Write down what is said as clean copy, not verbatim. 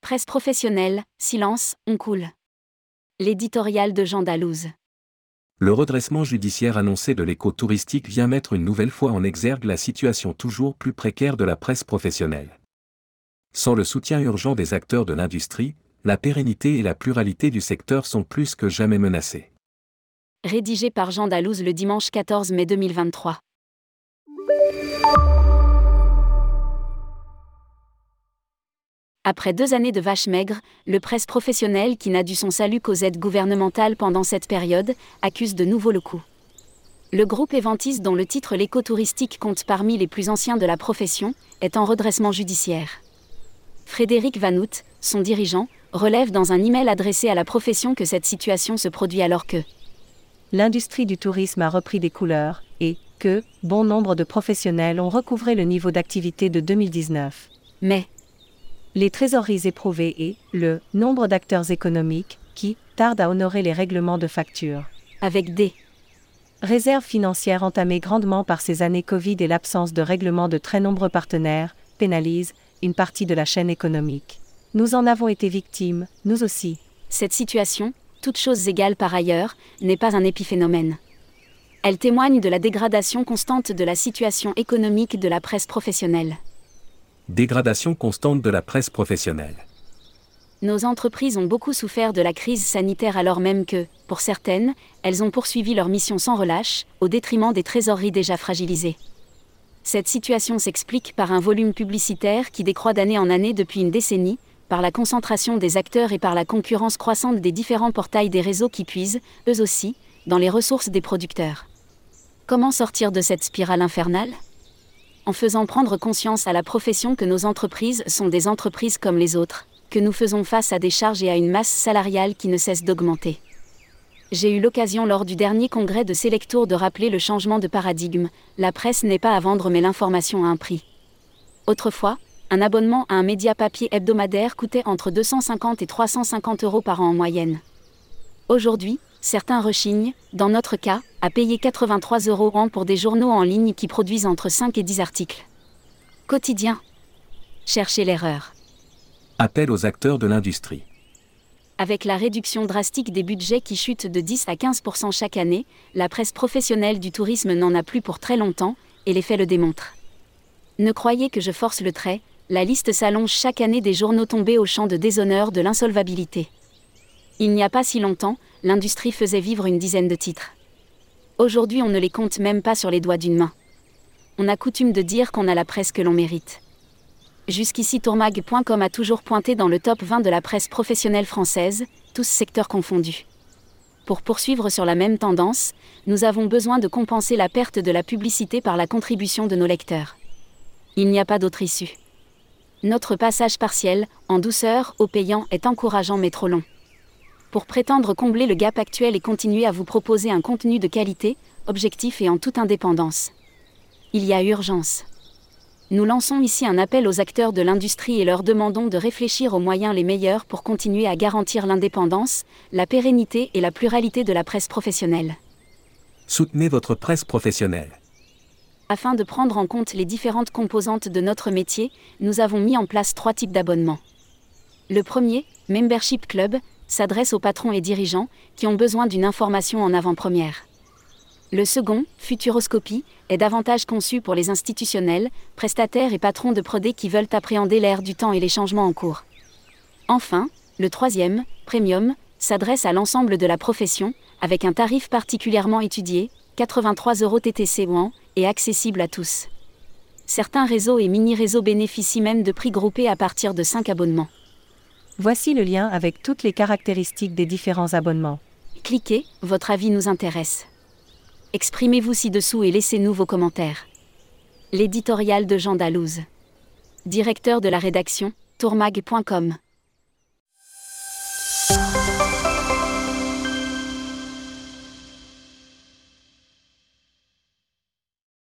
Presse professionnelle, silence, on coule. L'éditorial de Jean Dalouse. Le redressement judiciaire annoncé de l'éco-touristique vient mettre une nouvelle fois en exergue la situation toujours plus précaire de la presse professionnelle. Sans le soutien urgent des acteurs de l'industrie, la pérennité et la pluralité du secteur sont plus que jamais menacées. Rédigé par Jean Dalouse le dimanche 14 mai 2023. Après 2 années de vache maigre, le presse professionnel qui n'a dû son salut qu'aux aides gouvernementales pendant cette période, accuse de nouveau le coup. Le groupe Eventis, dont le titre L'éco-touristique compte parmi les plus anciens de la profession, est en redressement judiciaire. Frédéric Vanout, son dirigeant, relève dans un email adressé à la profession que cette situation se produit alors que l'industrie du tourisme a repris des couleurs, et que bon nombre de professionnels ont recouvré le niveau d'activité de 2019. Mais les trésoreries éprouvées et le nombre d'acteurs économiques qui tardent à honorer les règlements de facture. Avec des réserves financières entamées grandement par ces années Covid et l'absence de règlement de très nombreux partenaires, pénalisent une partie de la chaîne économique. Nous en avons été victimes, nous aussi. Cette situation, toutes choses égales par ailleurs, n'est pas un épiphénomène. Elle témoigne de la dégradation constante de la situation économique de la presse professionnelle. Dégradation constante de la presse professionnelle. Nos entreprises ont beaucoup souffert de la crise sanitaire alors même que, pour certaines, elles ont poursuivi leur mission sans relâche, au détriment des trésoreries déjà fragilisées. Cette situation s'explique par un volume publicitaire qui décroît d'année en année depuis une décennie, par la concentration des acteurs et par la concurrence croissante des différents portails des réseaux qui puisent, eux aussi, dans les ressources des producteurs. Comment sortir de cette spirale infernale ? En faisant prendre conscience à la profession que nos entreprises sont des entreprises comme les autres, que nous faisons face à des charges et à une masse salariale qui ne cesse d'augmenter. J'ai eu l'occasion lors du dernier congrès de Selectour de rappeler le changement de paradigme, la presse n'est pas à vendre mais l'information à un prix. Autrefois, un abonnement à un média papier hebdomadaire coûtait entre 250 et 350 € par an en moyenne. Aujourd'hui, certains rechignent, dans notre cas, à payer 83 € an pour des journaux en ligne qui produisent entre 5 et 10 articles. Quotidien. Cherchez l'erreur. Appel aux acteurs de l'industrie. Avec la réduction drastique des budgets qui chutent de 10 à 15% chaque année, la presse professionnelle du tourisme n'en a plus pour très longtemps, et les faits le démontrent. Ne croyez que je force le trait, la liste s'allonge chaque année des journaux tombés au champ de déshonneur de l'insolvabilité. Il n'y a pas si longtemps, l'industrie faisait vivre une dizaine de titres. Aujourd'hui, on ne les compte même pas sur les doigts d'une main. On a coutume de dire qu'on a la presse que l'on mérite. Jusqu'ici, tourmag.com a toujours pointé dans le top 20 de la presse professionnelle française, tous secteurs confondus. Pour poursuivre sur la même tendance, nous avons besoin de compenser la perte de la publicité par la contribution de nos lecteurs. Il n'y a pas d'autre issue. Notre passage partiel, en douceur, au payant est encourageant mais trop long. Pour prétendre combler le gap actuel et continuer à vous proposer un contenu de qualité, objectif et en toute indépendance. Il y a urgence. Nous lançons ici un appel aux acteurs de l'industrie et leur demandons de réfléchir aux moyens les meilleurs pour continuer à garantir l'indépendance, la pérennité et la pluralité de la presse professionnelle. Soutenez votre presse professionnelle. Afin de prendre en compte les différentes composantes de notre métier, nous avons mis en place 3 types d'abonnements. Le premier, Membership Club, s'adresse aux patrons et dirigeants qui ont besoin d'une information en avant-première. Le second, Futuroscopie, est davantage conçu pour les institutionnels, prestataires et patrons de prodé qui veulent appréhender l'ère du temps et les changements en cours. Enfin, le troisième, Premium, s'adresse à l'ensemble de la profession, avec un tarif particulièrement étudié, 83 € TTC ou an, et accessible à tous. Certains réseaux et mini-réseaux bénéficient même de prix groupés à partir de 5 abonnements. Voici le lien avec toutes les caractéristiques des différents abonnements. Cliquez, votre avis nous intéresse. Exprimez-vous ci-dessous et laissez-nous vos commentaires. L'éditorial de Jean Dalouse. Directeur de la rédaction, tourmag.com.